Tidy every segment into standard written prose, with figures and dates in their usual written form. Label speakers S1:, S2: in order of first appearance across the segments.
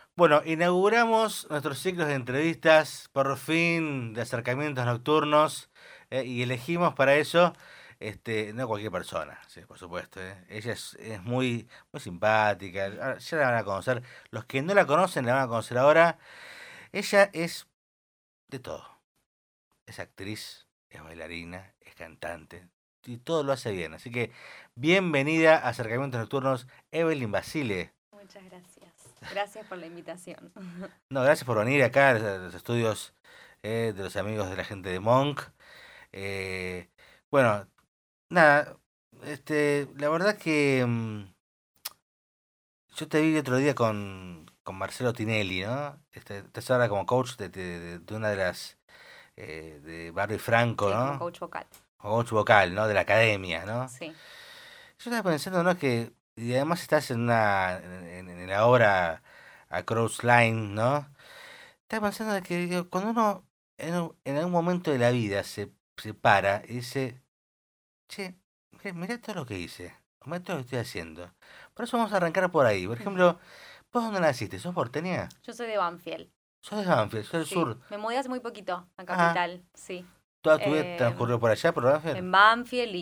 S1: Bueno, inauguramos nuestros ciclos de entrevistas, por fin, de acercamientos nocturnos, y elegimos para eso, no cualquier persona, sí, por supuesto. Ella es muy simpática, ya la van a conocer. Los que no la conocen la van a conocer ahora. Ella es de todo. Es actriz, es bailarina, es cantante, y todo lo hace bien. Así que, bienvenida a Acercamientos Nocturnos, Evelyn Basile.
S2: Muchas gracias. Gracias por la invitación.
S1: No, gracias por venir acá a los estudios de los amigos de la gente de Monk. Eh, bueno, nada, la verdad que yo te vi el otro día con Marcelo Tinelli, ¿no? Estás ahora como coach de una de las de Barrio Franco,
S2: Sí, como
S1: ¿no?
S2: coach vocal.
S1: Como coach vocal, ¿no? De la academia, ¿no?
S2: Sí.
S1: Yo estaba pensando, ¿no? Que y además estás en la obra A Crow's Line, ¿no? Estaba pensando de que digo, cuando uno en algún momento de la vida se para y dice, che, mirá todo lo que hice, mirá todo lo que estoy haciendo. Por eso vamos a arrancar por ahí. Por ejemplo, ¿vos dónde naciste? ¿Sos porteña?
S2: Yo soy de Banfield.
S1: ¿Sos de Banfield? ¿Sos del
S2: Sí.
S1: sur?
S2: Me mudé hace muy poquito a
S1: Ah,
S2: Capital. Sí.
S1: ¿toda tu vida
S2: Em,
S1: transcurrió por allá, por Banfield?
S2: en Banfield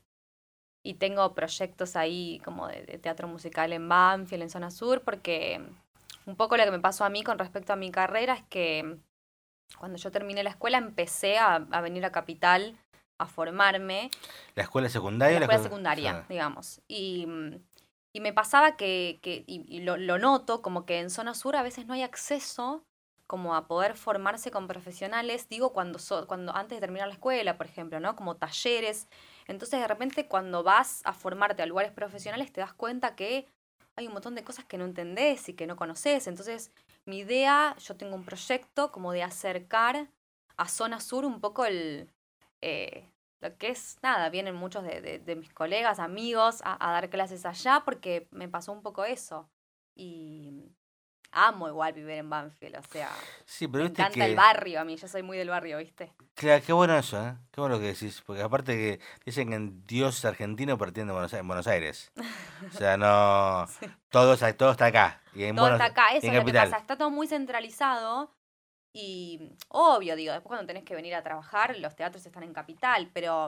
S2: y tengo proyectos ahí como de teatro musical en Banfield, en zona sur, porque un poco lo que me pasó a mí con respecto a mi carrera es que cuando yo terminé la escuela empecé a venir a Capital a formarme
S1: ¿La escuela
S2: en
S1: secundaria
S2: la
S1: o la
S2: escuela
S1: escuela...?
S2: secundaria,
S1: Sí.
S2: digamos. Y me pasaba y lo noto, como que en zona sur a veces no hay acceso como a poder formarse con profesionales, digo, cuando antes de terminar la escuela, por ejemplo, ¿no? Como talleres. Entonces, de repente, cuando vas a formarte a lugares profesionales, te das cuenta que hay un montón de cosas que no entendés y que no conoces. Entonces, mi idea, yo tengo un proyecto como de acercar a zona sur un poco eh, lo que es, nada, vienen muchos de mis colegas, amigos a dar clases allá porque me pasó un poco eso. Y amo igual vivir en Banfield, o sea,
S1: Sí, pero
S2: me
S1: viste
S2: encanta el
S1: que...
S2: barrio a mí, yo soy muy del barrio, ¿viste?
S1: Claro, qué bueno eso, ¿eh? Qué bueno que decís. Porque aparte que dicen que en Dios argentino partiendo de en Buenos Aires. O sea, no...
S2: Sí.
S1: Todo está acá.
S2: Todo está acá,
S1: Y
S2: eso
S1: en
S2: es lo que pasa,
S1: Capital.
S2: está todo muy centralizado y obvio, digo, después cuando tenés que venir a trabajar, los teatros están en Capital,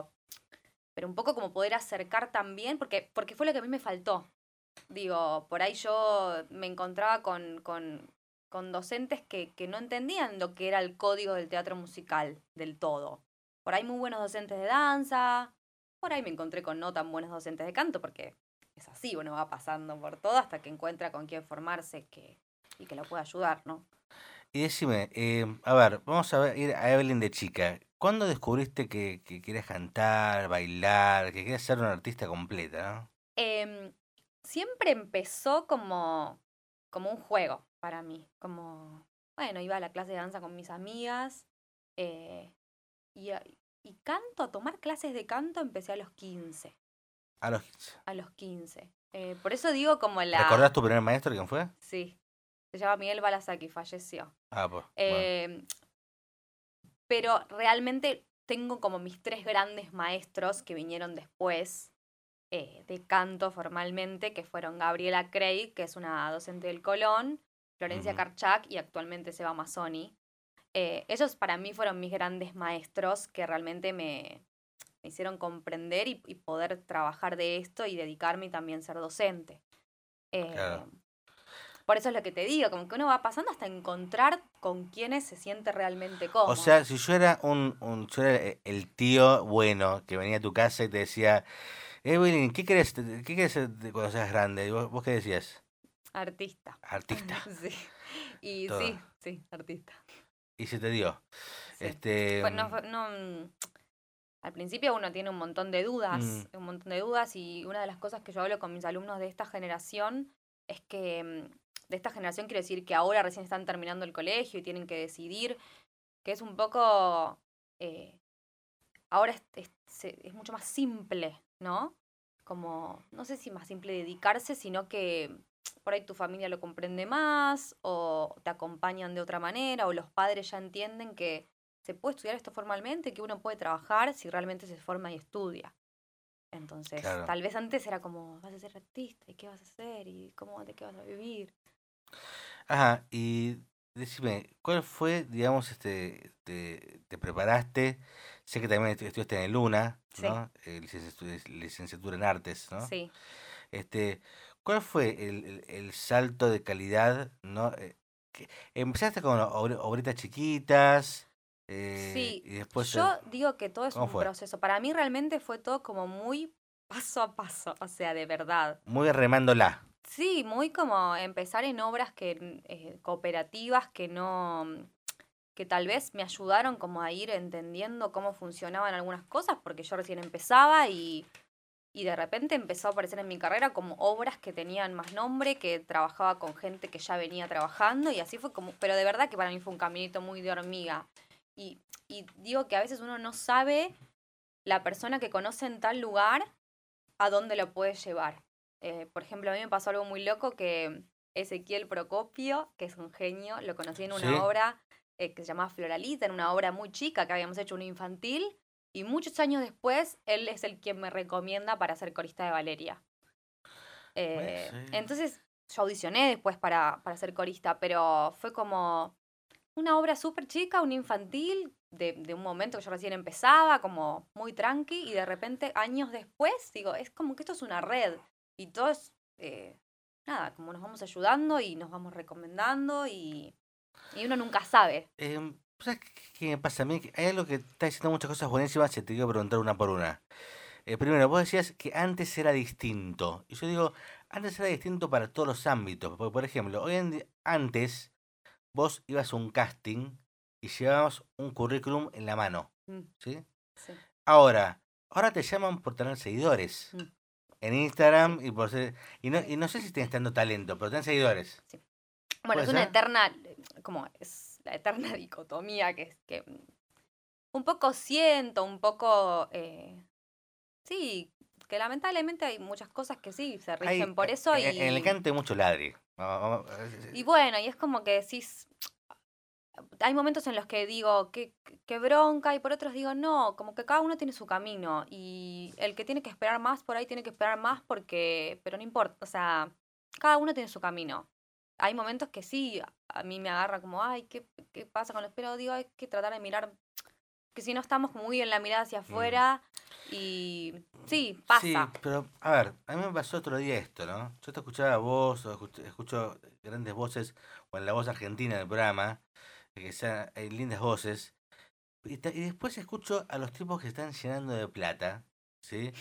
S2: pero un poco como poder acercar también, porque fue lo que a mí me faltó. Digo, por ahí yo me encontraba con docentes que no entendían lo que era el código del teatro musical del todo. Por ahí muy buenos docentes de danza, por ahí me encontré con no tan buenos docentes de canto, porque es así, uno va pasando por todo hasta que encuentra con quién formarse y que lo pueda ayudar, ¿no?
S1: Y decime, a ver, vamos a ir a Evelyn de chica. ¿Cuándo descubriste que querías cantar, bailar, que querías ser una artista completa, ¿no?
S2: Em, Siempre empezó como un juego para mí, como, bueno, iba a la clase de danza con mis amigas, eh, Y, a- y canto, a tomar clases de canto empecé a los 15.
S1: A los 15.
S2: A los 15. Por eso digo como
S1: ¿Recordás tu primer maestro quién fue?
S2: Sí, se llama Miguel Balasaki, falleció.
S1: Ah, pues, bueno.
S2: Eh, pero realmente tengo como mis tres grandes maestros que vinieron después de canto formalmente, que fueron Gabriela Craig, que es una docente del Colón, Florencia
S1: Ujú.
S2: Karchak y actualmente Seba Mazzoni. Ellos para mí fueron mis grandes maestros que realmente me hicieron comprender y poder trabajar de esto y dedicarme y también ser docente. Eh,
S1: Claro.
S2: por eso es lo que te digo, como que uno va pasando hasta encontrar con quienes se siente realmente
S1: O sea,
S2: cómodo.
S1: si yo era yo era el tío bueno que venía a tu casa y te decía, Evelyn, qué querés ser cuando seas grande? ¿Y vos qué decías?
S2: Artista.
S1: Artista.
S2: Sí. Y
S1: Todo.
S2: sí, sí, artista.
S1: Y se te dio.
S2: Sí.
S1: Este,
S2: Fue- no, fue- no, Al principio uno tiene
S1: mm,
S2: un montón de dudas y una de las cosas que yo hablo con mis alumnos de esta generación es que, de esta generación quiero decir que ahora recién están terminando el colegio y tienen que decidir, que es un poco, eh, ahora es mucho más simple, ¿no? Como, no sé si más simple dedicarse, sino que por ahí tu familia lo comprende más o te acompañan de otra manera o los padres ya entienden que se puede estudiar esto formalmente, que uno puede trabajar si realmente se forma y estudia. Entonces,
S1: claro.
S2: tal vez antes era como, vas a ser artista, ¿y qué vas a hacer? ¿Y cómo, de qué vas a vivir?
S1: Ajá, y decime, ¿cuál fue, digamos, te preparaste? Sé que también estudiaste en el Luna,
S2: Sí,
S1: ¿no? Licenciatura en artes, ¿no?
S2: sí.
S1: Este, ¿Cuál fue el salto de calidad, ¿no? Empezaste con obritas chiquitas,
S2: Sí,
S1: y después,
S2: yo digo que todo es
S1: ¿cómo
S2: un
S1: fue?
S2: proceso. Para mí realmente fue todo como muy paso a paso, o sea, de verdad.
S1: Muy remándola.
S2: Sí, muy como empezar en obras cooperativas que tal vez me ayudaron como a ir entendiendo cómo funcionaban algunas cosas, porque yo recién empezaba y de repente empezó a aparecer en mi carrera como obras que tenían más nombre, que trabajaba con gente que ya venía trabajando y así fue como, pero de verdad que para mí fue un caminito muy de hormiga. Y, y digo que a veces uno no sabe la persona que conoce en tal lugar a dónde lo puede llevar. Por ejemplo, a mí me pasó algo muy loco que Ezequiel Procopio, que es un genio, lo conocí en una
S1: ¿Sí?
S2: obra que se llama Floralita, en una obra muy chica que habíamos hecho una infantil, y muchos años después él es el quien me recomienda para ser corista de Valeria.
S1: Sí.
S2: Entonces yo audicioné después para ser corista, pero fue como una obra súper chica, una infantil, de un momento que yo recién empezaba, como muy tranqui, y de repente, años después, digo, es como que esto es una red, y todos, nada, como nos vamos ayudando y nos vamos recomendando, y uno nunca sabe.
S1: ¿Sabes qué me pasa a mí? Que hay algo que está diciendo muchas cosas buenísimas y te quiero preguntar una por una. Primero, vos decías que antes era distinto. Y yo digo, antes era distinto para todos los ámbitos. Porque, por ejemplo, antes vos ibas a un casting y llevabas un currículum en la mano.
S2: Mm,
S1: ¿Sí?
S2: sí,
S1: Ahora te llaman por tener seguidores.
S2: mm,
S1: En
S2: sí,
S1: Instagram y por ser.
S2: sí,
S1: Y no sé si tienes tanto talento, pero tenés seguidores.
S2: sí. Bueno,
S1: ¿Puede
S2: es una
S1: ser?
S2: eterna, como es la eterna dicotomía que un poco siento, un poco, sí, que lamentablemente hay muchas cosas que sí se rigen
S1: Hay,
S2: por eso
S1: en el canto hay mucho ladri.
S2: y bueno, y es como que decís, hay momentos en los que digo, qué bronca, y por otros digo, no, como que cada uno tiene su camino, y el que tiene que esperar más por ahí tiene que esperar más porque, pero no importa, o sea, cada uno tiene su camino. Hay momentos que sí, a mí me agarra como, ay, ¿qué pasa con los pelos? Digo, hay que tratar de mirar, que si no estamos como muy en la mirada hacia
S1: Mm,
S2: afuera, y sí,
S1: sí,
S2: pasa.
S1: pero a ver, a mí me pasó otro día esto, ¿no? Yo te escuchaba a vos, o escucho grandes voces, o en la voz argentina del programa, que sean, hay lindas voces, y después escucho a los tipos que están llenando de plata, ¿sí?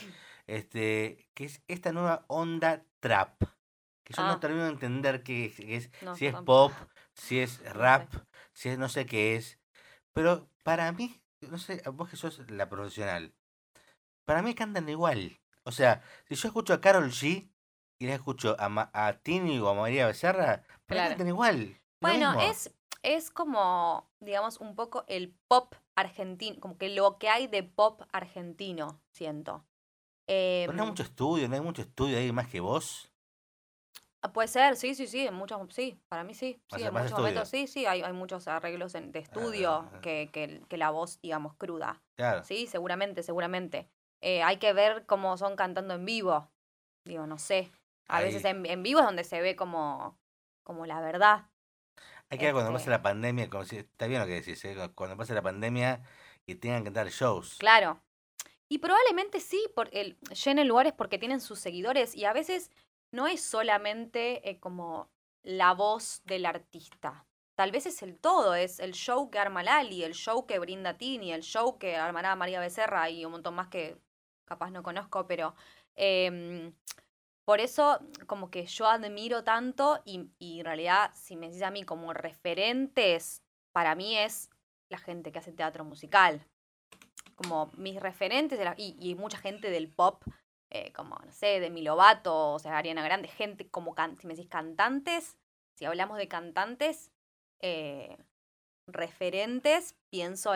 S1: Que es esta nueva onda trap, que yo no
S2: Ah,
S1: termino de entender
S2: no,
S1: si
S2: yo
S1: es
S2: tampoco,
S1: pop, si es
S2: no sé.
S1: rap, si es no sé qué es, pero para mí, no sé, vos que sos la profesional, para mí cantan igual. O sea, si yo escucho a Carol G y les escucho a Tini o a María Becerra, para mí
S2: Claro.
S1: cantan igual, lo
S2: Bueno,
S1: mismo.
S2: es como, digamos, un poco el pop argentino, como que lo que hay de pop argentino, siento.
S1: Pero no hay
S2: Em,
S1: mucho estudio, no hay mucho estudio ahí más que vos.
S2: Puede ser, sí, sí, sí, sí, para mí sí,
S1: O
S2: sí,
S1: sea,
S2: en
S1: más
S2: muchos momentos
S1: estudio.
S2: sí, sí, hay muchos arreglos de estudio
S1: Ah,
S2: que la voz, digamos, cruda.
S1: claro,
S2: Sí, seguramente, seguramente. Hay que ver cómo son cantando en vivo. Digo, no sé. A veces
S1: ahí.
S2: en vivo es donde se ve como la verdad.
S1: Hay que ver cuando pase
S2: Este,
S1: la pandemia, como si, está bien lo que decís, ¿eh? Cuando pase la pandemia y tengan que dar shows.
S2: claro. Y probablemente sí, llenen lugares porque tienen sus seguidores y a veces no es solamente como la voz del artista. Tal vez es el todo, es el show que arma Lali, el show que brinda Tini, el show que armará María Becerra y un montón más que capaz no conozco, pero em, por eso como que yo admiro tanto y en realidad si me decís a mí como referentes, para mí es la gente que hace teatro musical como mis referentes y mucha gente del pop, como, no sé, Demi Lovato, o sea, Ariana Grande, gente como, si me decís cantantes, si hablamos de cantantes, eh, referentes, pienso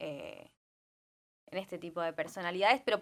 S2: en este tipo de personalidades, pero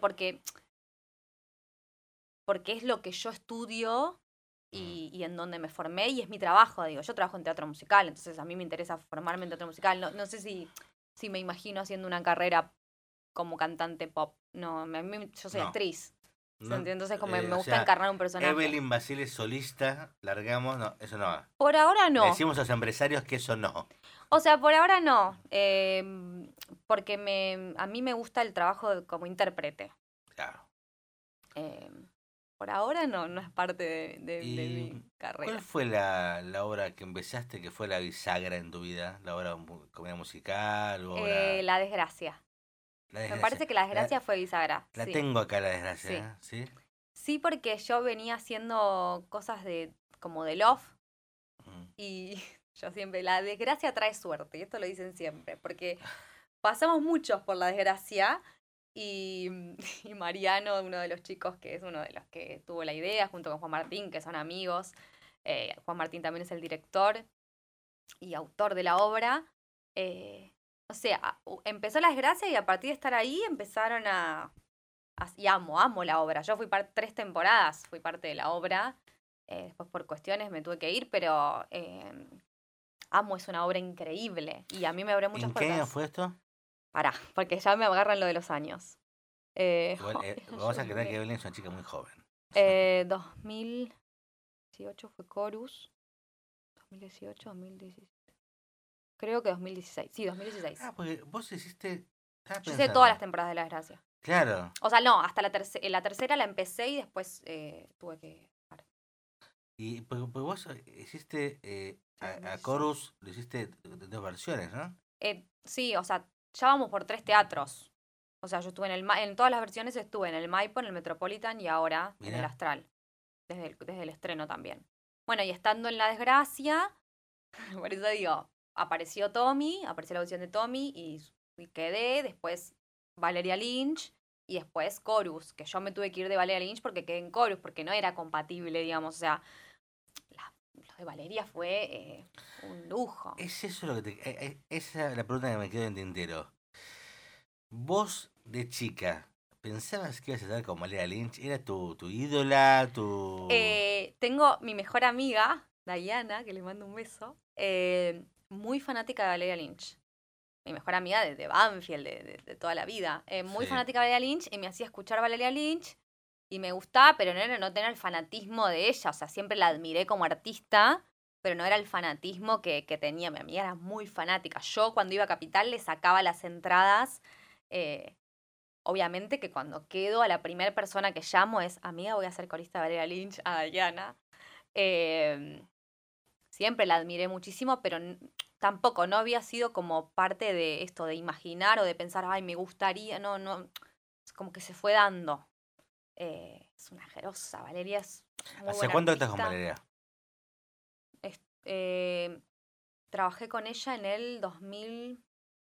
S2: porque es lo que yo estudio
S1: Mm.
S2: y en donde me formé y es mi trabajo, digo, yo trabajo en teatro musical, entonces a mí me interesa formarme en teatro musical, no sé si me imagino haciendo una carrera como cantante pop. No, yo soy
S1: No.
S2: actriz.
S1: No,
S2: Entonces como me
S1: o
S2: gusta
S1: sea,
S2: encarnar un personaje.
S1: Evelyn Basile solista, largamos, no, eso no va.
S2: Por ahora
S1: Le
S2: no.
S1: decimos a los empresarios que eso no.
S2: O sea, por ahora no. Porque a mí me gusta el trabajo como intérprete.
S1: Claro.
S2: Eh, por ahora no es parte de
S1: ¿Y
S2: mi
S1: cuál
S2: carrera.
S1: fue la obra que empezaste que fue la bisagra en tu vida? ¿La obra comedia musical o obra...
S2: La desgracia.
S1: La
S2: Me
S1: desgracia?
S2: parece que la desgracia fue bisagra,
S1: La
S2: sí.
S1: tengo acá la desgracia,
S2: Sí.
S1: ¿eh? ¿Sí?
S2: Sí, porque yo venía haciendo cosas como de love
S1: Mm.
S2: y yo siempre, la desgracia trae suerte, y esto lo dicen siempre, porque pasamos muchos por la desgracia y, y Mariano, uno de los chicos que es uno de los que tuvo la idea, junto con Juan Martín, que son amigos, Juan Martín también es el director y autor de la obra, o sea, empezó la desgracia y a partir de estar ahí empezaron y amo la obra. Yo fui 3 temporadas, fui parte de la obra. Después por cuestiones me tuve que ir, pero amo, es una obra increíble. Y a mí me abrió muchas
S1: ¿En qué año
S2: puertas.
S1: fue esto?
S2: Pará, porque ya me agarran lo de los años.
S1: Igual, vamos a creer que Evelyn es una chica muy joven.
S2: 2018 fue Chorus. 2018, 2017. Creo que 2016. Sí, 2016.
S1: Ah, porque vos hiciste... Estaba
S2: Yo hice todas las
S1: pensando.
S2: temporadas de La Desgracia.
S1: Claro.
S2: O sea, no, hasta la tercera la empecé y después tuve que dejar.
S1: Y porque vos hiciste
S2: Sí,
S1: a
S2: 2016.
S1: Chorus, lo hiciste dos versiones, ¿no?
S2: Sí, o sea, ya vamos por 3 teatros. O sea, yo estuve en todas las versiones estuve en el Maipo, en el Metropolitan y ahora en el
S1: Mirá.
S2: Astral. Desde el estreno también. Bueno, y estando en La Desgracia, por eso digo, apareció Tommy, apareció la audición de Tommy y quedé, después Valeria Lynch y después Chorus, que yo me tuve que ir de Valeria Lynch porque quedé en Chorus, porque no era compatible, digamos, o sea, lo de Valeria fue un lujo.
S1: Es eso lo que esa es la pregunta que me quedó en tintero. Vos, de chica, ¿pensabas que ibas a estar con Valeria Lynch? ¿Era tu ídola, tu...?
S2: Tengo mi mejor amiga, Diana, que le mando un beso, muy fanática de Valeria Lynch. Mi mejor amiga de Banfield, de toda la vida. Muy
S1: Sí.
S2: fanática de Valeria Lynch y me hacía escuchar Valeria Lynch y me gustaba, pero no era no tener el fanatismo de ella. O sea, siempre la admiré como artista, pero no era el fanatismo que tenía. Mi amiga era muy fanática. Yo cuando iba a Capital le sacaba las entradas. eh, Obviamente que cuando quedo a la primera persona que llamo es, amiga, voy a ser corista de Valeria Lynch, a Diana. Em, Siempre la admiré muchísimo, pero tampoco, no había sido como parte de esto, de imaginar o de pensar, ay, me gustaría, no, es como que se fue dando. Es una jerosa, Valeria es muy
S1: ¿Hace
S2: buena
S1: cuánto estás con
S2: artista.
S1: Valeria?
S2: Es- eh, Trabajé con ella en el 2000.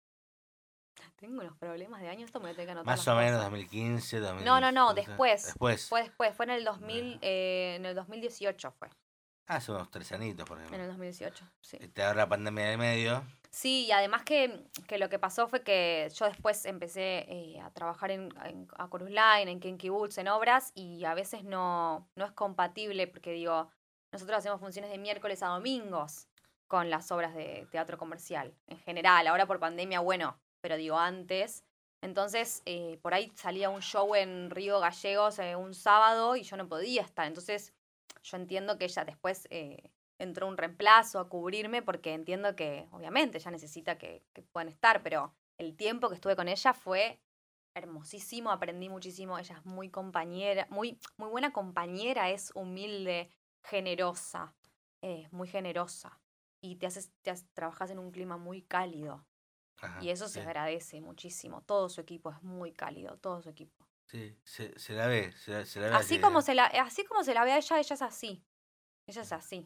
S2: Tengo unos problemas de año, esto me voy a tener que anotar
S1: Más
S2: las
S1: o menos
S2: cosas.
S1: 2015,
S2: No,
S1: 2012.
S2: después.
S1: Después.
S2: Fue en el 2018 fue.
S1: Hace unos 3 añitos, por
S2: En
S1: ejemplo.
S2: el 2018, sí.
S1: Te agarra la pandemia de medio.
S2: Sí, y además que lo que pasó fue que yo después empecé a trabajar a Chorus Line, en Kinky Boots, en obras, y a veces no es compatible, porque digo, nosotros hacemos funciones de miércoles a domingos con las obras de teatro comercial, en general. Ahora por pandemia, bueno, pero digo antes. Entonces, por ahí salía un show en Río Gallegos un sábado y yo no podía estar. Entonces, yo entiendo que ella después entró un reemplazo a cubrirme porque entiendo que, obviamente, ella necesita que puedan estar, pero el tiempo que estuve con ella fue hermosísimo, aprendí muchísimo, ella es muy compañera, muy buena compañera, es humilde, generosa, muy generosa. Y trabajas en un clima muy cálido.
S1: Ajá,
S2: Y eso se
S1: sí.
S2: agradece muchísimo. Todo su equipo es muy cálido, todo su equipo.
S1: Sí, se la ve, se la ve
S2: Así
S1: así,
S2: como
S1: ¿eh?
S2: así como se la ve a ella es así. Ella es así.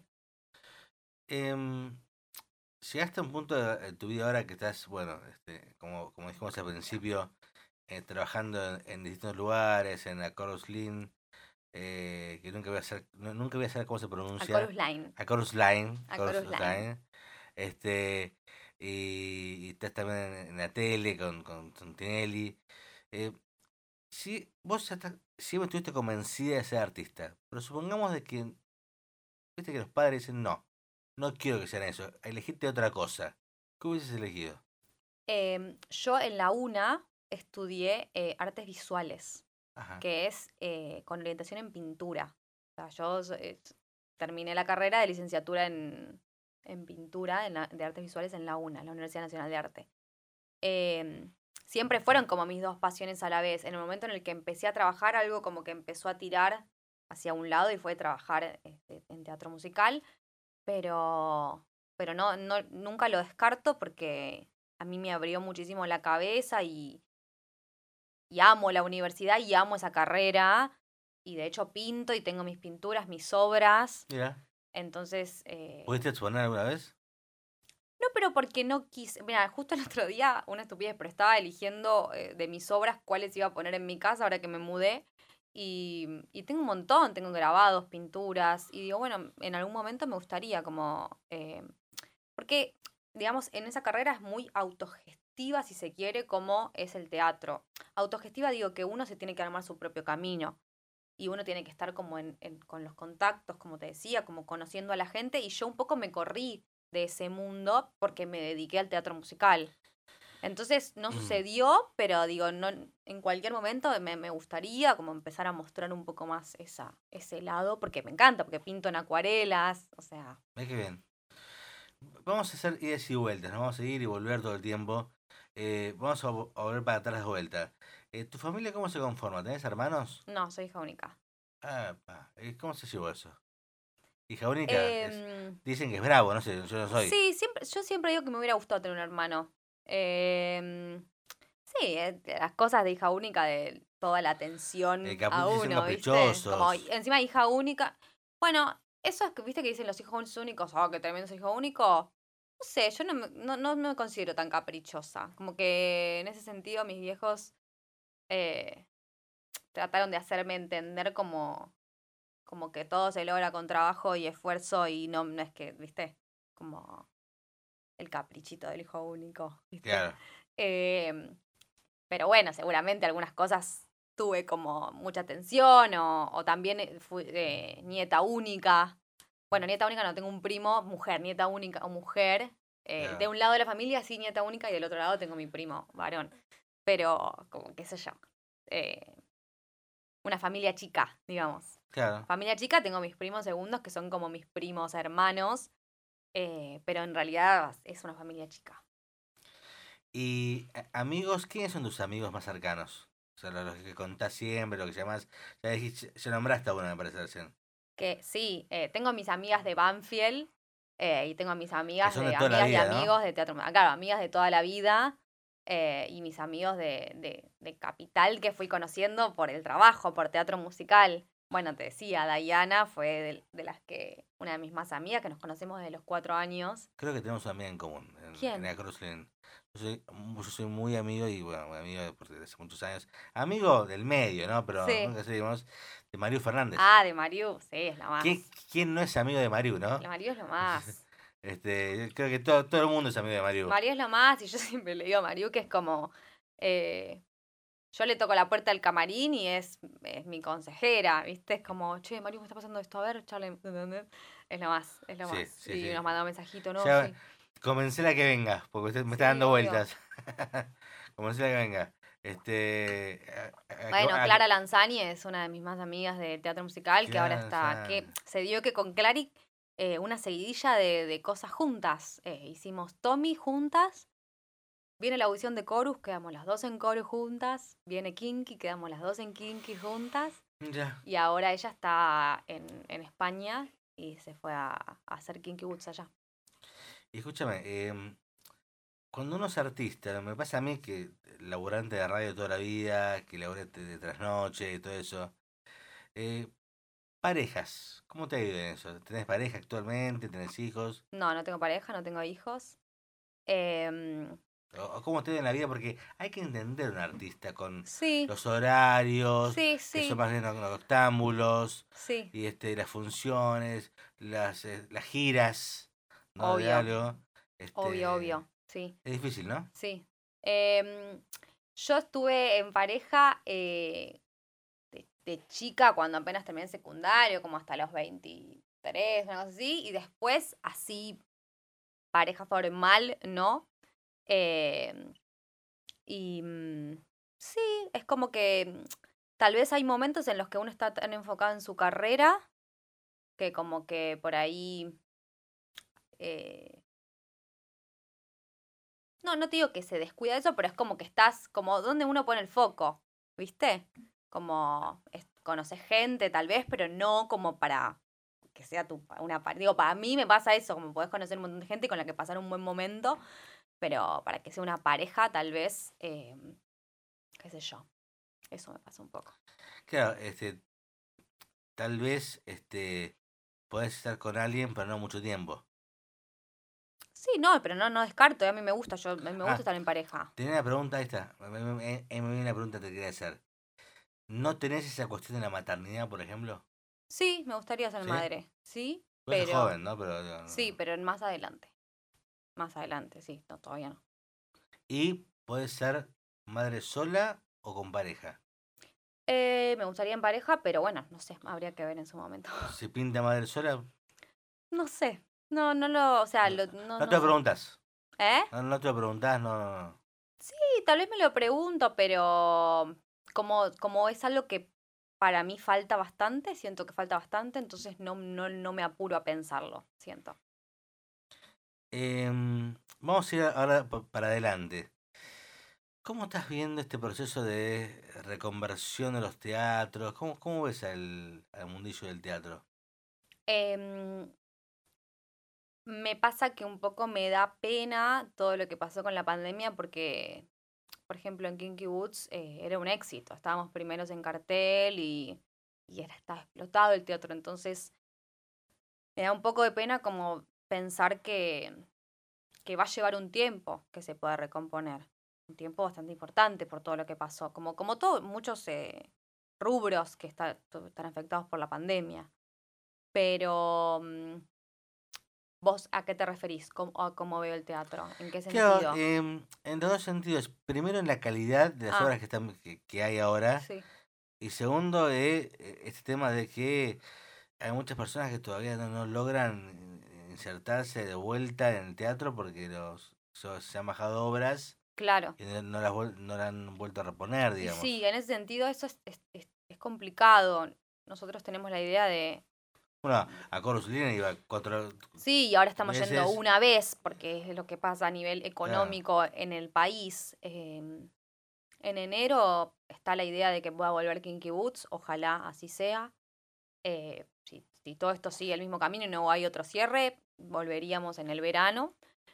S1: Em, Llegaste a un punto en tu vida ahora que estás, bueno, como dijimos al principio, trabajando en distintos lugares, en la Chorus Line, que nunca voy a saber, nunca voy a saber cómo se
S2: A
S1: pronuncia,
S2: Chorus Line.
S1: a Chorus Line,
S2: A
S1: Chorus
S2: Chorus Line.
S1: Line, este, y estás también en la tele con Tinelli. Eh, si vos ya siempre estuviste convencida de ser artista, pero supongamos de que, viste que los padres dicen no quiero que sean eso, elegiste otra cosa. ¿Qué hubieses elegido?
S2: Yo en la UNA estudié artes visuales.
S1: Ajá.
S2: que es con orientación en pintura. O sea, terminé la carrera de licenciatura en pintura de artes visuales en la UNA, la Universidad Nacional de Arte. Em, Siempre fueron como mis dos pasiones a la vez. En el momento en el que empecé a trabajar, algo como que empezó a tirar hacia un lado y fue trabajar en teatro musical, pero, pero nunca lo descarto porque a mí me abrió muchísimo la cabeza y amo la universidad y amo esa carrera. Y de hecho pinto y tengo mis pinturas, mis obras.
S1: Mira,
S2: Entonces,
S1: ¿pudiste exponer alguna vez?
S2: no, pero porque no quise. Mira, justo el otro día, una estupidez, pero estaba eligiendo de mis obras cuáles iba a poner en mi casa ahora que me mudé. Y tengo un montón, tengo grabados, pinturas. Y digo, bueno, en algún momento me gustaría como. Porque, digamos, en esa carrera es muy autogestiva, si se quiere, como es el teatro. Autogestiva digo que uno se tiene que armar su propio camino. Y uno tiene que estar como con los contactos, como te decía, como conociendo a la gente. Y yo un poco me corrí de ese mundo porque me dediqué al teatro musical. Entonces no
S1: Mm,
S2: sucedió, pero digo, no, en cualquier momento me gustaría como empezar a mostrar un poco más ese lado, porque me encanta, porque pinto en acuarelas, o sea,
S1: Ve que bien. Vamos a hacer idas y vueltas, nos vamos a ir y volver todo el tiempo. Vamos a volver para atrás de vuelta. ¿Tu familia cómo se conforma? ¿Tenés hermanos?
S2: no, soy hija única.
S1: Ah, pa, ¿cómo se llevó eso? Hija única,
S2: Em,
S1: dicen que es bravo, no sé, yo no soy.
S2: sí, yo siempre digo que me hubiera gustado tener un hermano. Em, sí, las cosas de hija única, de toda la atención a
S1: Dicen
S2: uno, ¿viste? Como
S1: caprichosos.
S2: encima hija única. Bueno, eso es que, ¿viste que dicen los hijos únicos? Oh, que tremendo hijo único. No sé, yo no me considero tan caprichosa. Como que en ese sentido mis viejos eh, trataron de hacerme entender como que todo se logra con trabajo y esfuerzo y no es que, ¿viste? Como el caprichito del hijo único, ¿viste?
S1: Claro.
S2: Em, pero bueno, seguramente algunas cosas tuve como mucha atención o también fui nieta única. Bueno, nieta única no, tengo un primo, mujer, nieta única o mujer. De
S1: Claro.
S2: un lado de la familia sí, nieta única y del otro lado tengo mi primo, varón. Pero, como qué sé yo, eh, una familia chica, digamos.
S1: Claro.
S2: Familia chica, tengo mis primos segundos que son como mis primos hermanos, pero en realidad es una familia chica.
S1: Y amigos, ¿quiénes son tus amigos más cercanos? O sea, los que contás siempre, lo que llamás. Ya dijiste, ya nombraste a uno, me parece recién.
S2: Que sí, tengo mis amigas de Banfield y tengo a mis
S1: Que son de toda la
S2: amigas y
S1: vida, ¿no?
S2: amigos de teatro. Claro, amigas de toda la vida y mis amigos de Capital que fui conociendo por el trabajo, por teatro musical. Bueno, te decía, Dayana fue una de mis más amigas, que nos conocemos desde los 4 años.
S1: Creo que tenemos una amiga en común, en
S2: ¿Quién?
S1: Acroslin. Yo soy muy amigo y, bueno, muy amigo de hace muchos años. Amigo del medio, ¿no? Pero
S2: Sí.
S1: nunca seguimos. De Mario Fernández.
S2: Ah, de Mariú, sí, es la más.
S1: ¿Quién no es amigo de Mario, no?
S2: La Mariú es lo más.
S1: Yo creo que todo el mundo es amigo de Mario.
S2: Mariú es lo más y yo siempre le digo a Mariú que es como... eh, yo le toco la puerta del camarín y es mi consejera, ¿viste? Es como, che, Mario, me está pasando esto, a ver, charle, ¿entendés? Es lo más, es lo
S1: Sí,
S2: más.
S1: sí,
S2: Y
S1: sí.
S2: nos manda un mensajito, no,
S1: Ya
S2: sí.
S1: comencé la que venga, porque usted me está
S2: Sí,
S1: dando
S2: obvio.
S1: vueltas. Comencé la que venga.
S2: Bueno, Clara Lanzani es una de mis más amigas de teatro musical que ahora está, que
S1: Sana.
S2: se dio que con Clary una seguidilla de cosas juntas. Hicimos Tommy juntas, viene la audición de Chorus, quedamos las dos en Chorus juntas, viene Kinky, quedamos las dos en Kinky juntas.
S1: Ya.
S2: Y ahora ella está en España y se fue a hacer Kinky Boots allá.
S1: Y escúchame, cuando uno es artista, me pasa a mí que laburante de radio toda la vida, que laburé de trasnoche y todo eso. eh, Parejas, ¿cómo te ha ido en eso? ¿Tenés pareja actualmente? ¿Tenés hijos?
S2: No, no tengo pareja, no tengo hijos. Em,
S1: ¿O cómo te ha ido en la vida? Porque hay que entender un artista con
S2: sí,
S1: los horarios,
S2: sí,
S1: que son
S2: sí,
S1: más bien noctámbulos,
S2: sí,
S1: y las funciones, las giras, ¿no? De
S2: obvio,
S1: algo.
S2: obvio,
S1: Este,
S2: obvio, sí,
S1: es difícil, ¿no?
S2: sí. Em, yo estuve en pareja de chica cuando apenas terminé el secundario, como hasta los 23, una cosa así, y después así, pareja formal, ¿no? Em, Y sí, es como que Tal vez hay momentos en los que uno está tan enfocado en su carrera que como que por ahí... eh, no te digo que se descuida eso, pero es como que estás, como donde uno pone el foco, ¿viste? Como conoces gente tal vez, pero no como para que sea una pareja. Digo, para mí me pasa eso, como podés conocer un montón de gente con la que pasar un buen momento, pero para que sea una pareja tal vez, qué sé yo, eso me pasa un poco.
S1: Claro, tal vez, podés estar con alguien, pero no mucho tiempo.
S2: Sí, no, pero no descarto, a mí me gusta, a mí me gusta
S1: Ah,
S2: estar en pareja.
S1: tenía una pregunta, ahí está. Me viene una pregunta que te quería hacer. ¿No tenés esa cuestión de la maternidad, por ejemplo?
S2: Sí, me gustaría ser
S1: ¿Sí?
S2: madre, sí,
S1: Vos sos
S2: pero
S1: joven, ¿no? Pero,
S2: sí, pero más adelante, sí, no, todavía no.
S1: y podés ser madre sola o con pareja.
S2: Me gustaría en pareja, pero bueno, no sé, habría que ver en su momento.
S1: ¿Se pinta madre sola?
S2: No sé, no lo, o sea,
S1: No, no te
S2: no
S1: lo
S2: sé.
S1: preguntás.
S2: ¿Eh?
S1: No, no te lo preguntás, no, no, no.
S2: Sí, tal vez me lo pregunto, pero como es algo que para mí falta bastante, siento que falta bastante, entonces no me apuro a pensarlo, siento.
S1: Vamos a ir ahora para adelante. ¿Cómo estás viendo este proceso de reconversión de los teatros? ¿Cómo ves al mundillo del teatro?
S2: Em, Me pasa que un poco me da pena todo lo que pasó con la pandemia porque, por ejemplo, en Kinky Boots era un éxito. Estábamos primeros en cartel y estaba explotado el teatro. Entonces, me da un poco de pena como pensar que va a llevar un tiempo que se pueda recomponer. Un tiempo bastante importante por todo lo que pasó. Como todo, muchos rubros que están afectados por la pandemia. Pero, ¿vos a qué te referís? ¿A cómo veo el teatro? ¿En qué
S1: Claro,
S2: sentido?
S1: en los dos sentidos. Primero, en la calidad de las
S2: Ah,
S1: obras que hay ahora.
S2: sí,
S1: Y segundo, este tema de que hay muchas personas que todavía no logran insertarse de vuelta en el teatro porque se han bajado obras
S2: claro.
S1: y no las han vuelto a reponer,
S2: Y sí,
S1: digamos.
S2: en ese sentido eso es complicado. Nosotros tenemos la idea de...
S1: Bueno, a Chorus Line iba 4
S2: Sí, y ahora estamos yendo
S1: veces.
S2: una vez, porque es lo que pasa a nivel
S1: Claro.
S2: económico en el país. En enero está la idea de que pueda volver Kinky Boots, ojalá así sea. Si todo esto sigue el mismo camino y no hay otro cierre, volveríamos en el verano.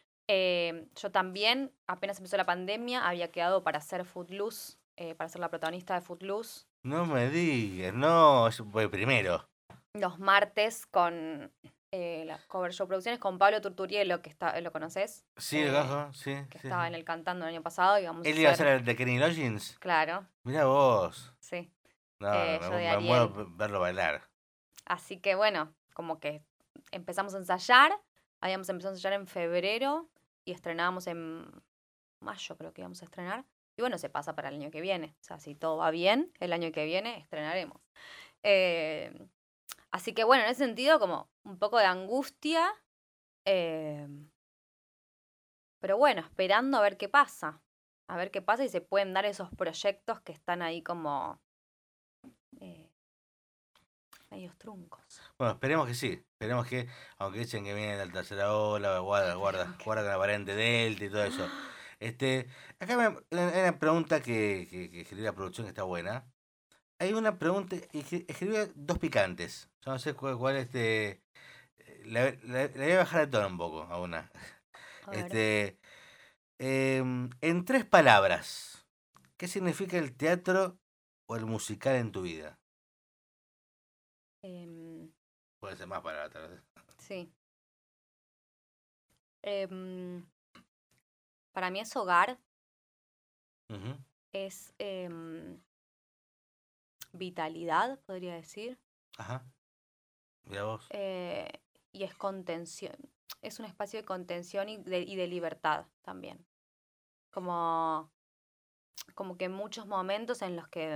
S2: Yo también, apenas empezó la pandemia, había quedado para hacer Footloose, para ser la protagonista de Footloose,
S1: No me digas, no, eso fue primero.
S2: los martes con las Cover Show Producciones, con Pablo Turturielo, que está, ¿lo conoces?
S1: Sí, el gajo, sí,
S2: Que
S1: sí, sí.
S2: estaba en el Cantando el año pasado y vamos a
S1: Él iba a ser
S2: hacer,
S1: el de Kenny Loggins.
S2: claro,
S1: Mira vos.
S2: sí,
S1: No, no,
S2: yo de
S1: me muero
S2: Ariel.
S1: verlo bailar.
S2: Así que bueno, como que empezamos a ensayar, habíamos empezado a ensayar en febrero y estrenábamos en mayo, creo que íbamos a estrenar. Y bueno, se pasa para el año que viene. O sea, si todo va bien, el año que viene estrenaremos. Eh, Así que bueno, en ese sentido, como un poco de angustia, eh, pero bueno, esperando a ver qué pasa. A ver qué pasa y se pueden dar esos proyectos que están ahí como eh, medios truncos.
S1: Bueno, esperemos que sí. Esperemos que, aunque dicen que viene la tercera ola, guarda, guarda,
S2: Esperemos que...
S1: guarda con la variante Delta y todo eso. Este, acá hay una pregunta que escribí la producción que está buena. Hay una pregunta, escribí dos picantes. Yo no sé cuál le voy a bajar el tono un poco a una.
S2: A ver.
S1: Este, en 3 palabras, ¿qué significa el teatro o el musical en tu vida?
S2: em,
S1: Puede ser más palabras, tal vez.
S2: sí. Em, para mí es hogar,
S1: Ujú.
S2: es vitalidad, podría decir.
S1: Ajá, mira vos.
S2: eh, y es contención. Es un espacio de contención y de libertad también. Como, como que en muchos momentos en los que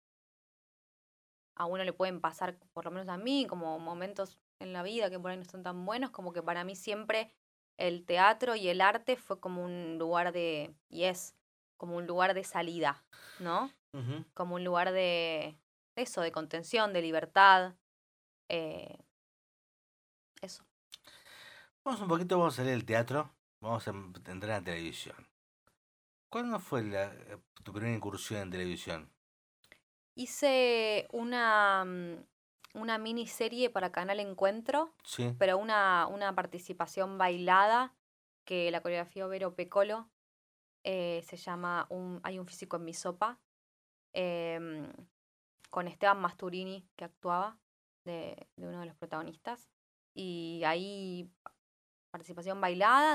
S2: a uno le pueden pasar, por lo menos a mí, como momentos en la vida que por ahí no están tan buenos, como que para mí siempre el teatro y el arte fue como un lugar de, y es como un lugar de salida, ¿no?
S1: Ujú.
S2: como un lugar de eso, de contención, de libertad. eh, Eso.
S1: Vamos a salir del teatro, vamos a entrar en la televisión. ¿Cuándo fue tu primera incursión en televisión?
S2: Hice una miniserie para Canal Encuentro,
S1: Sí.
S2: pero una participación bailada que la coreografió Vero Pecolo. Se llama Hay un físico en mi sopa, em, con Esteban Masturini, que actuaba de uno de los protagonistas. Y ahí participación bailada,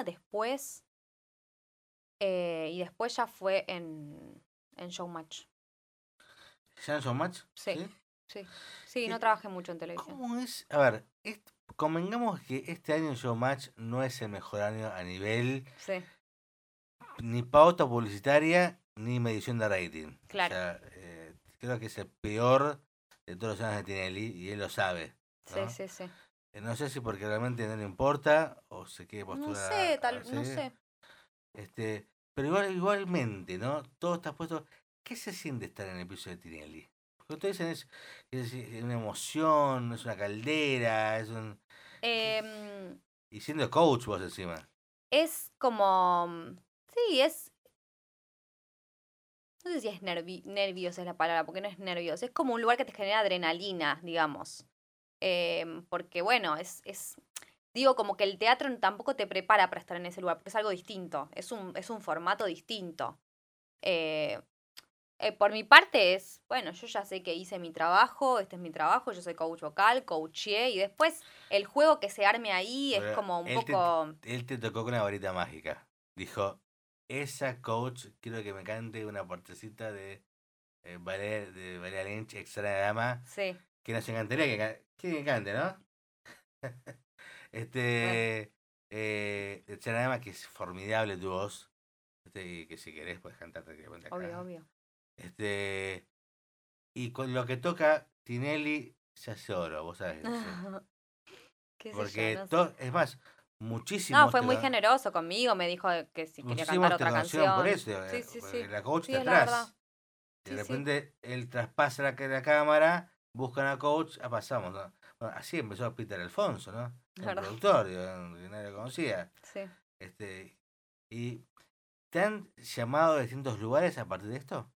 S2: y después ya fue en Showmatch.
S1: ¿Ya en Showmatch?
S2: Sí,
S1: ¿Sí?
S2: sí, sí, no
S1: Eh,
S2: trabajé mucho en televisión.
S1: ¿Cómo es? A ver, convengamos que este año en Showmatch no es el mejor año a nivel
S2: Sí,
S1: ni pauta publicitaria ni medición de rating. O
S2: claro,
S1: sea, creo que es el peor de todos los años de Tinelli y él lo sabe,
S2: sí,
S1: ¿no?
S2: sí, sí.
S1: No sé si porque realmente no le importa o se quiere
S2: No
S1: postular
S2: sé,
S1: a
S2: no
S1: seguir.
S2: sé.
S1: Pero igualmente, ¿no? Todo está puesto. ¿Qué se siente estar en el piso de Tinelli? Porque ustedes dicen es una emoción, es una caldera, es un.
S2: Em,
S1: Y siendo coach vos encima.
S2: es como, sí, no sé si es nervios es la palabra, porque no es nervios, es como un lugar que te genera adrenalina, digamos. Porque bueno, digo como que el teatro tampoco te prepara para estar en ese lugar, porque es algo distinto, es un formato distinto. Eh, por mi parte bueno, yo ya sé que hice mi trabajo, este es mi trabajo, yo soy coach vocal, coaché, y después el juego que se arme ahí es
S1: Pero
S2: como un poco,
S1: él te tocó con una varita mágica. Dijo, esa coach, quiero que me cante una partecita de Valeria Lynch, Extraña Dama,
S2: sí,
S1: que nos encantaría que cante, ¿no?
S2: re,
S1: Este, Extraña Dama, que es formidable tu voz, y que si querés puedes cantarte directamente
S2: obvio,
S1: acá.
S2: obvio.
S1: Este, y con lo que toca Tinelli se hace oro, vos sabés eso.
S2: Qué sé yo,
S1: Porque
S2: no sé.
S1: es más,
S2: No, fue muy generoso conmigo, me dijo que si quería cantar
S1: muchísimos te
S2: otra
S1: conocieron por
S2: canción.
S1: eso,
S2: Sí, sí,
S1: porque
S2: sí.
S1: la coach
S2: Sí,
S1: está
S2: es la verdad.
S1: atrás. Y de
S2: Sí, sí.
S1: repente él traspasa la cámara, busca una coach, pasamos, ¿no? Bueno, así empezó Peter Alfonso, ¿no?
S2: La
S1: El
S2: verdad.
S1: productor, digo, que nadie lo conocía.
S2: Sí.
S1: Este, ¿Y te han llamado de distintos lugares a partir de esto?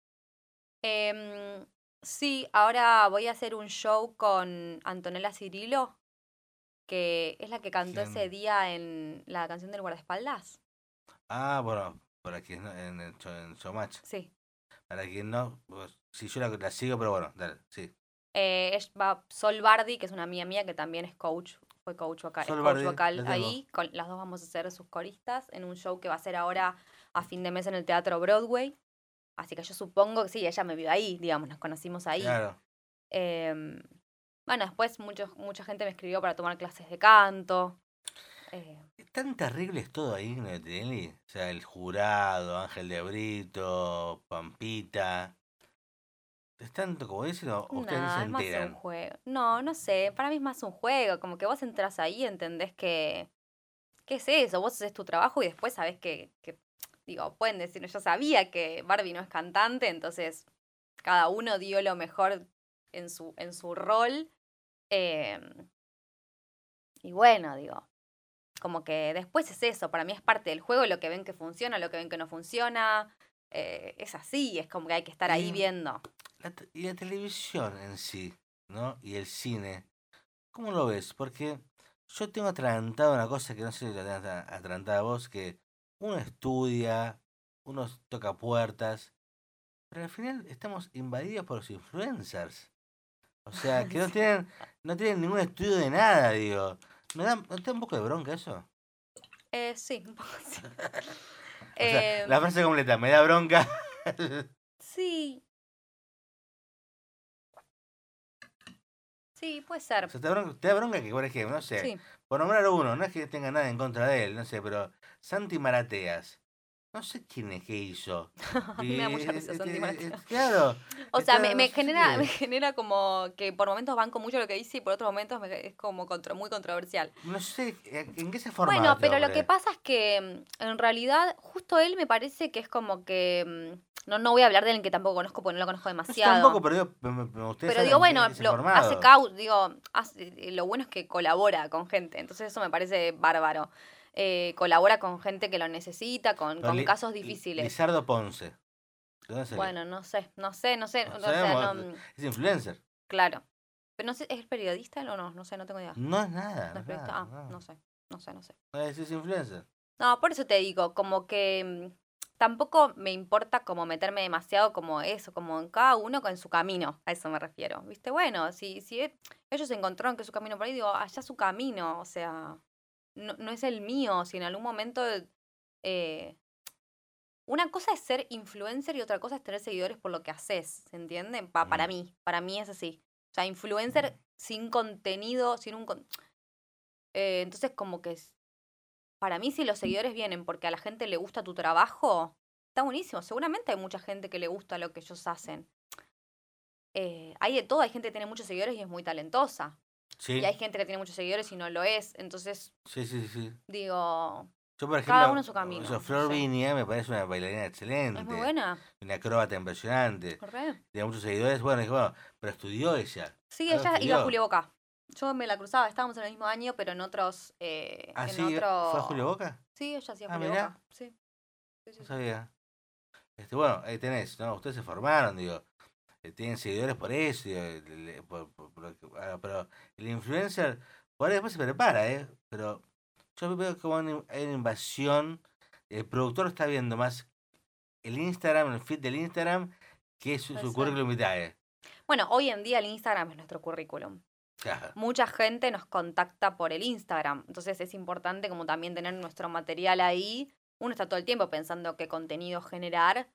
S2: Em, sí, ahora voy a hacer un show con Antonella Cirilo, que es la que cantó ese
S1: ¿Quién?
S2: día en la canción del guardaespaldas.
S1: Ah, bueno, para quien no, en el en Showmatch.
S2: Sí.
S1: Para quien no, sí, yo la sigo, pero bueno, dale, sí.
S2: Va Sol Bardi, que es una amiga mía que también es coach, fue coach vocal, es
S1: Sol
S2: coach
S1: Bardi,
S2: vocal
S1: la tengo.
S2: ahí. Las dos vamos a ser sus coristas en un show que va a ser ahora a fin de mes en el Teatro Broadway. Así que yo supongo que sí, ella me vio ahí, digamos, nos conocimos ahí.
S1: Claro.
S2: Em, bueno, después mucha gente me escribió para tomar clases de canto. eh,
S1: Tan terrible es todo ahí en el Tinelli. O sea, el jurado, Ángel de Brito, Pampita. Es tanto como dicen o ustedes ni se
S2: Nada, es más un
S1: enteran.
S2: juego. No, no sé, para mí es más un juego, como que vos entras ahí y entendés que, ¿qué es eso? Vos haces tu trabajo y después sabés digo, pueden decir, yo sabía que Barbie no es cantante, entonces cada uno dio lo mejor en su rol. em, y bueno, digo, como que después es eso, para mí es parte del juego, lo que ven que funciona, lo que ven que no funciona. Es así, es como que hay que estar
S1: Y
S2: ahí viendo.
S1: y la televisión en sí, ¿no? Y el cine. ¿Cómo lo ves? Porque yo tengo atragantado una cosa que no sé si la tenés atragantada vos, que uno estudia, uno toca puertas, pero al final estamos invadidos por los influencers. O sea, que
S2: Sí.
S1: no tienen ningún estudio de nada, digo. ¿No te da un poco de bronca eso?
S2: Sí, un poco sí.
S1: O sea, la
S2: Em,
S1: frase completa, me da bronca.
S2: sí, sí, puede
S1: O
S2: ser.
S1: sea, te da bronca que, por ejemplo, no sé,
S2: Sí,
S1: por nombrar uno, no es que tenga nada en contra de él, no sé, pero Santi Marateas, no sé quién es que hizo.
S2: a mí me da mucha risa Santi Maratea.
S1: Claro,
S2: O sea,
S1: está, no
S2: me
S1: sé si
S2: genera, me
S1: que,
S2: genera como que por momentos banco mucho lo que dice y por otros momentos es como muy controversial.
S1: no sé, ¿en qué se ha formado
S2: Bueno,
S1: este
S2: pero lo que
S1: hombre?
S2: pasa es que en realidad justo él me parece que es como que No voy a hablar de alguien que tampoco conozco porque no lo conozco
S1: No, yo
S2: demasiado.
S1: tampoco, pero digo, ustedes
S2: Pero digo, bueno,
S1: es informado.
S2: lo bueno es que colabora con gente, entonces eso me parece bárbaro. Colabora con gente que lo necesita,
S1: Pero
S2: con casos difíciles.
S1: Lizardo Ponce. ¿De dónde salió?
S2: Bueno, no sé,
S1: No
S2: o sea,
S1: sabemos,
S2: no,
S1: es influencer.
S2: claro. Pero no sé, ¿es periodista o no? No sé, no tengo idea.
S1: No es nada,
S2: ¿No
S1: no
S2: es
S1: es
S2: periodista?
S1: nada.
S2: Ah,
S1: No.
S2: no sé.
S1: Es influencer.
S2: No, por eso te digo, como que tampoco me importa como meterme demasiado como eso, como en cada uno con su camino, a eso me refiero. ¿Viste? Bueno, si ellos se encontraron que su camino por ahí, digo, allá su camino, o sea, no es el mío, si en algún momento... eh, una cosa es ser influencer y otra cosa es tener seguidores por lo que haces, ¿se entiende? Para mí es así. O sea, influencer sin contenido, sin un... entonces como que para mí si los seguidores vienen porque a la gente le gusta tu trabajo, está buenísimo. Seguramente hay mucha gente que le gusta lo que ellos hacen. Hay de todo, hay gente que tiene muchos seguidores y es muy talentosa.
S1: Sí.
S2: Y hay gente que tiene muchos seguidores y no lo es. Entonces,
S1: Sí.
S2: digo,
S1: Yo, por
S2: cada
S1: ejemplo,
S2: uno su camino.
S1: Flor
S2: no sé.
S1: Viña me parece una bailarina
S2: Es
S1: excelente.
S2: muy buena.
S1: Una acróbata impresionante.
S2: Re.
S1: Tiene muchos seguidores. Bueno, dije, bueno, pero estudió ella.
S2: Sí,
S1: Algo
S2: ella iba a
S1: estudió.
S2: Julio Boca. Yo me la cruzaba, estábamos en el mismo año, pero en otros...
S1: ¿Ah,
S2: en
S1: sí?
S2: otro...
S1: ¿Fue a Julio Boca?
S2: Sí, ella hacía
S1: Ah,
S2: Julio
S1: mirá.
S2: Boca. Sí.
S1: No sabía. Bueno, ahí tenés, ¿no? Ustedes se formaron, digo. Tienen seguidores por eso, digo, pero el influencer, por ahí después se prepara, ¿eh? Pero yo veo como hay una invasión. El productor está viendo más el Instagram, el feed del Instagram, que su
S2: Puede ser.
S1: currículum vitae.
S2: Bueno, hoy en día el Instagram es nuestro currículum.
S1: Claro.
S2: Mucha gente nos contacta por el Instagram, entonces es importante como también tener nuestro material ahí. Uno está todo el tiempo pensando qué contenido generar,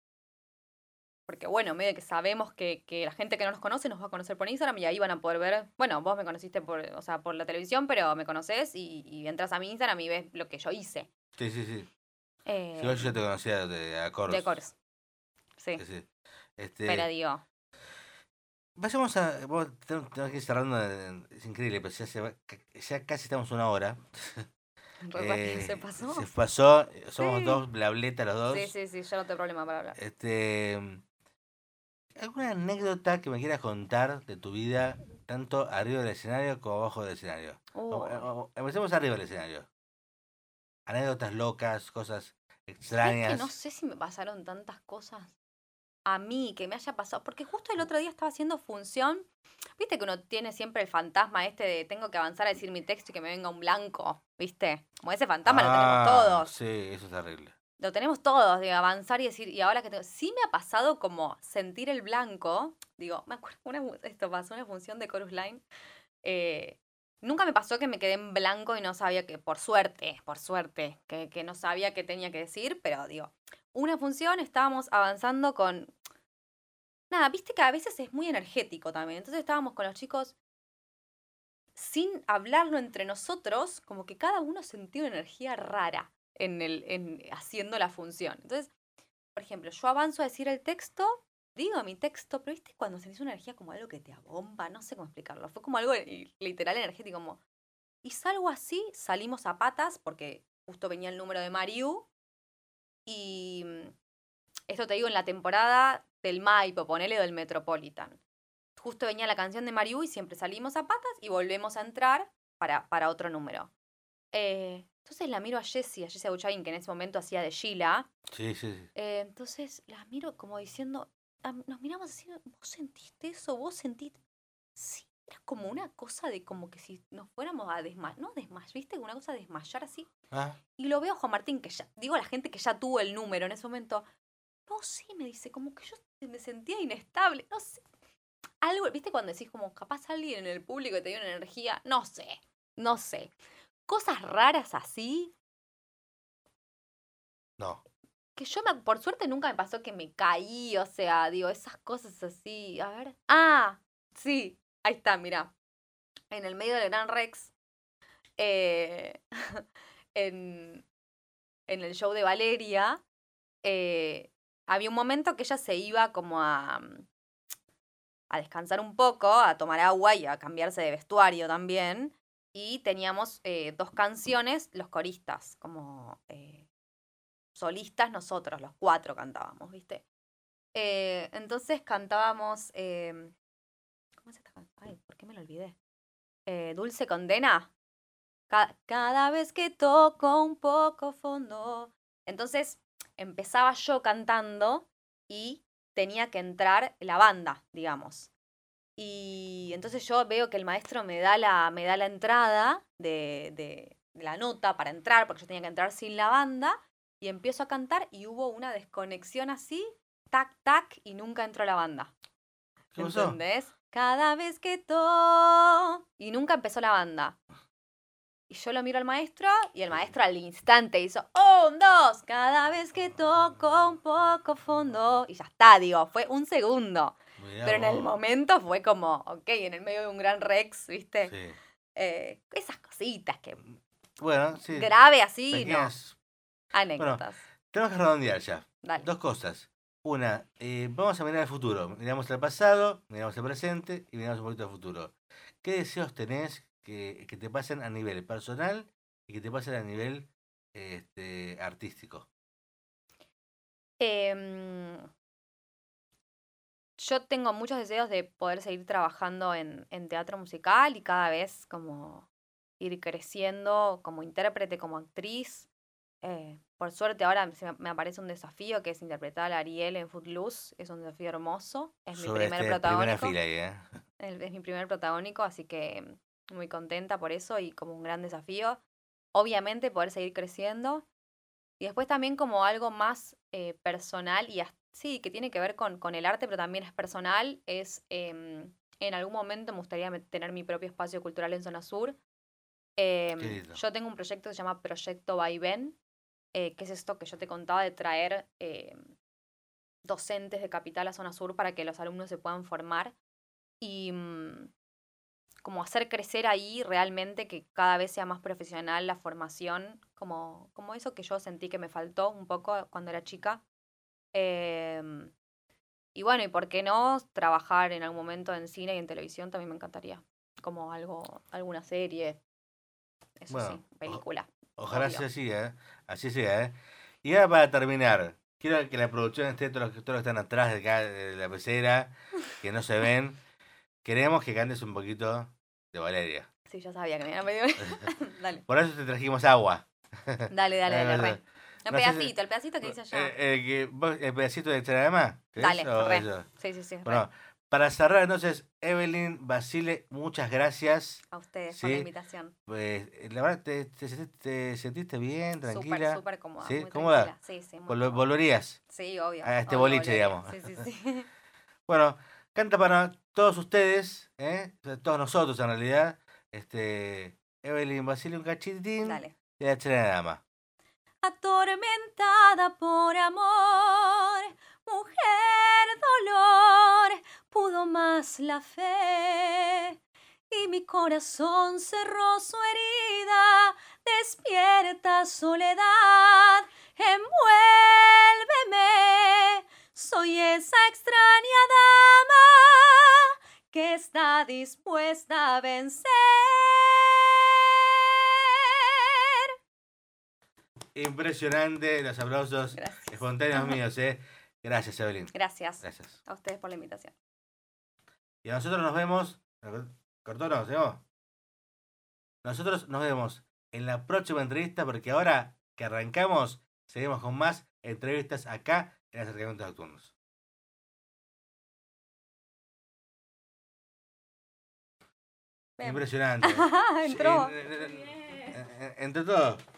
S2: porque bueno, medio que sabemos que la gente que no nos conoce nos va a conocer por Instagram y ahí van a poder ver, bueno, vos me conociste por la televisión, pero me conoces y entras a mi Instagram y ves lo que yo hice.
S1: Sí. Sí, yo ya te conocía de Acors.
S2: De Cors. Sí.
S1: Sí.
S2: Pero digo,
S1: Vayamos a. Tenemos que ir cerrando. Es increíble, pero ya casi estamos una hora.
S2: re rápido se pasó.
S1: Se pasó. Somos
S2: Sí.
S1: dos blabletas los dos.
S2: Sí, yo no tengo problema para hablar.
S1: ¿Alguna anécdota que me quieras contar de tu vida, tanto arriba del escenario como abajo del escenario? Empecemos arriba del escenario. Anécdotas locas, cosas
S2: Es
S1: extrañas.
S2: que no sé si me pasaron tantas cosas a mí que me haya pasado. Porque justo el otro día estaba haciendo función. Viste que uno tiene siempre el fantasma este de tengo que avanzar a decir mi texto y que me venga un blanco. ¿Viste? Como ese fantasma lo tenemos todos.
S1: Sí, eso es terrible.
S2: Lo tenemos todos, de avanzar y decir, y ahora que tengo. Sí me ha pasado como sentir el blanco. Digo, me acuerdo, esto pasó en una función de Chorus Line. Nunca me pasó que me quedé en blanco y no sabía que, por suerte, que no sabía qué tenía que decir, pero digo, una función estábamos avanzando con... Nada, viste que a veces es muy energético también. Entonces estábamos con los chicos sin hablarlo entre nosotros, como que cada uno sentía una energía rara haciendo la función. Entonces, por ejemplo, yo avanzo a decir el texto, digo mi texto, pero viste cuando sentís una energía como algo que te abomba, no sé cómo explicarlo. Fue como algo literal energético, como... Y salgo así, salimos a patas, porque justo venía el número de Mariu. Y esto te digo en la temporada del Maipo, ponele, o del Metropolitan. Justo venía la canción de Mariu y siempre salimos a patas y volvemos a entrar para otro número. Entonces la miro a Jessie Buchain, que en ese momento hacía de Sheila.
S1: Sí.
S2: Entonces la miro como diciendo, nos miramos así, ¿vos sentiste eso? ¿Vos sentiste? Sí, era como una cosa de como que si nos fuéramos a desmayar, no desmayar, ¿viste? Una cosa de desmayar así. Y lo veo a Juan Martín, que ya, digo a la gente que ya tuvo el número en ese momento. No, sí, me dice, como que yo me sentía inestable, no sé. Algo, ¿viste? Cuando decís como capaz alguien en el público te dio una energía, no sé. Cosas raras así.
S1: No.
S2: Que yo, por suerte, nunca me pasó que me caí, o sea, digo, esas cosas así. A ver. Ah, sí, ahí está, mirá. En el medio del Gran Rex, en el show de Valeria, había un momento que ella se iba como a descansar un poco, a tomar agua y a cambiarse de vestuario también. Y teníamos 2 canciones, los coristas, como solistas nosotros, los 4 cantábamos, ¿viste? Entonces cantábamos... ¿cómo es esta canción? Ay, ¿por qué me lo olvidé? Dulce Condena. Cada vez que toco un poco fondo. Entonces empezaba yo cantando y tenía que entrar la banda, digamos. Y entonces yo veo que el maestro me da la entrada de la nota para entrar, porque yo tenía que entrar sin la banda, y empiezo a cantar y hubo una desconexión así, tac, tac, y nunca entró la banda.
S1: ¿Qué pasó?
S2: ¿Entendés? Cada vez que toco... Y nunca empezó la banda. Y yo lo miro al maestro y el maestro al instante hizo 1, 2, cada vez que toco un poco fondo. Y ya está, digo, fue un segundo.
S1: Mirá
S2: Pero en el
S1: vos.
S2: momento fue como, ok, en el medio de un gran Rex, ¿viste?
S1: Sí.
S2: Esas cositas que
S1: Bueno, sí.
S2: grave así,
S1: Pequeñas.
S2: no.
S1: Bueno,
S2: Anécdotas.
S1: tenemos que redondear ya.
S2: Dale.
S1: 2 cosas. Una, vamos a mirar al futuro. Miramos al pasado, miramos al presente y miramos un poquito al futuro. ¿Qué deseos tenés que te pasen a nivel personal y que te pasen a nivel artístico?
S2: Em, yo tengo muchos deseos de poder seguir trabajando en teatro musical y cada vez como ir creciendo como intérprete, como actriz. Por suerte ahora me aparece un desafío que es interpretar a Ariel en Footloose. Es un desafío hermoso. Es mi
S1: Sobre
S2: primer
S1: primera
S2: protagónico.
S1: fila ahí, ¿eh?
S2: Es mi primer protagónico, así que muy contenta por eso y como un gran desafío. Obviamente poder seguir creciendo. Y después también como algo más personal y sí, que tiene que ver con el arte, pero también es personal, es en algún momento me gustaría tener mi propio espacio cultural en Zona Sur.
S1: Qué lindo.
S2: Yo tengo un proyecto que se llama Proyecto Vaivén, que es esto que yo te contaba de traer docentes de Capital a Zona Sur para que los alumnos se puedan formar y como hacer crecer ahí realmente que cada vez sea más profesional la formación, como eso que yo sentí que me faltó un poco cuando era chica. Em, y bueno, y por qué no trabajar en algún momento en cine y en televisión también me encantaría. Como alguna serie, eso sí,
S1: Bueno,
S2: película,
S1: ojalá
S2: obvio.
S1: sea así, ¿eh? Así sea, ¿eh? Y ahora para terminar, quiero que la producción esté todos los que están atrás de acá de la pecera, que no se ven. Queremos que cantes un poquito de Valeria.
S2: Sí, yo sabía que me iban a pedir. Dale,
S1: Por eso te trajimos agua.
S2: dale, dale, dale, re.
S1: No sé si,
S2: El pedacito que dice allá.
S1: el pedacito de Extrema, ¿querés?
S2: Dale,
S1: O
S2: re.
S1: eso.
S2: Sí, sí, sí, re.
S1: Bueno, para cerrar entonces, Evelyn, Basile, muchas gracias.
S2: A ustedes por la
S1: ¿Sí?
S2: invitación.
S1: Pues, la verdad, te sentiste bien,
S2: Súper,
S1: tranquila?
S2: súper cómoda,
S1: ¿Sí?
S2: muy
S1: ¿Cómoda?
S2: tranquila. Sí, sí, muy cómoda.
S1: ¿Volverías
S2: Sí, obvio,
S1: a este
S2: obvio,
S1: boliche,
S2: volvería.
S1: digamos?
S2: Sí, sí, sí.
S1: Bueno, canta para todos ustedes, ¿eh? O sea, todos nosotros en realidad. Evelyn, Basile, un cachitín
S2: Dale.
S1: de la Chilena Dama.
S2: Atormentada por amor, mujer dolor, pudo más la fe. Y mi corazón cerró su herida, despierta soledad, envuélveme. Soy esa extraña dama que está dispuesta a vencer.
S1: Impresionante, los aplausos
S2: Gracias.
S1: espontáneos míos, ¿eh? Gracias, Evelyn.
S2: Gracias
S1: Gracias.
S2: a ustedes por la invitación.
S1: Y a nosotros nos vemos. ¿Cortó no? ¿Seguimos? Nosotros nos vemos en la próxima entrevista porque ahora que arrancamos, seguimos con más entrevistas acá en Acercamientos Nocturnos.
S2: Bien.
S1: Impresionante.
S2: Entró.
S1: Entre todos.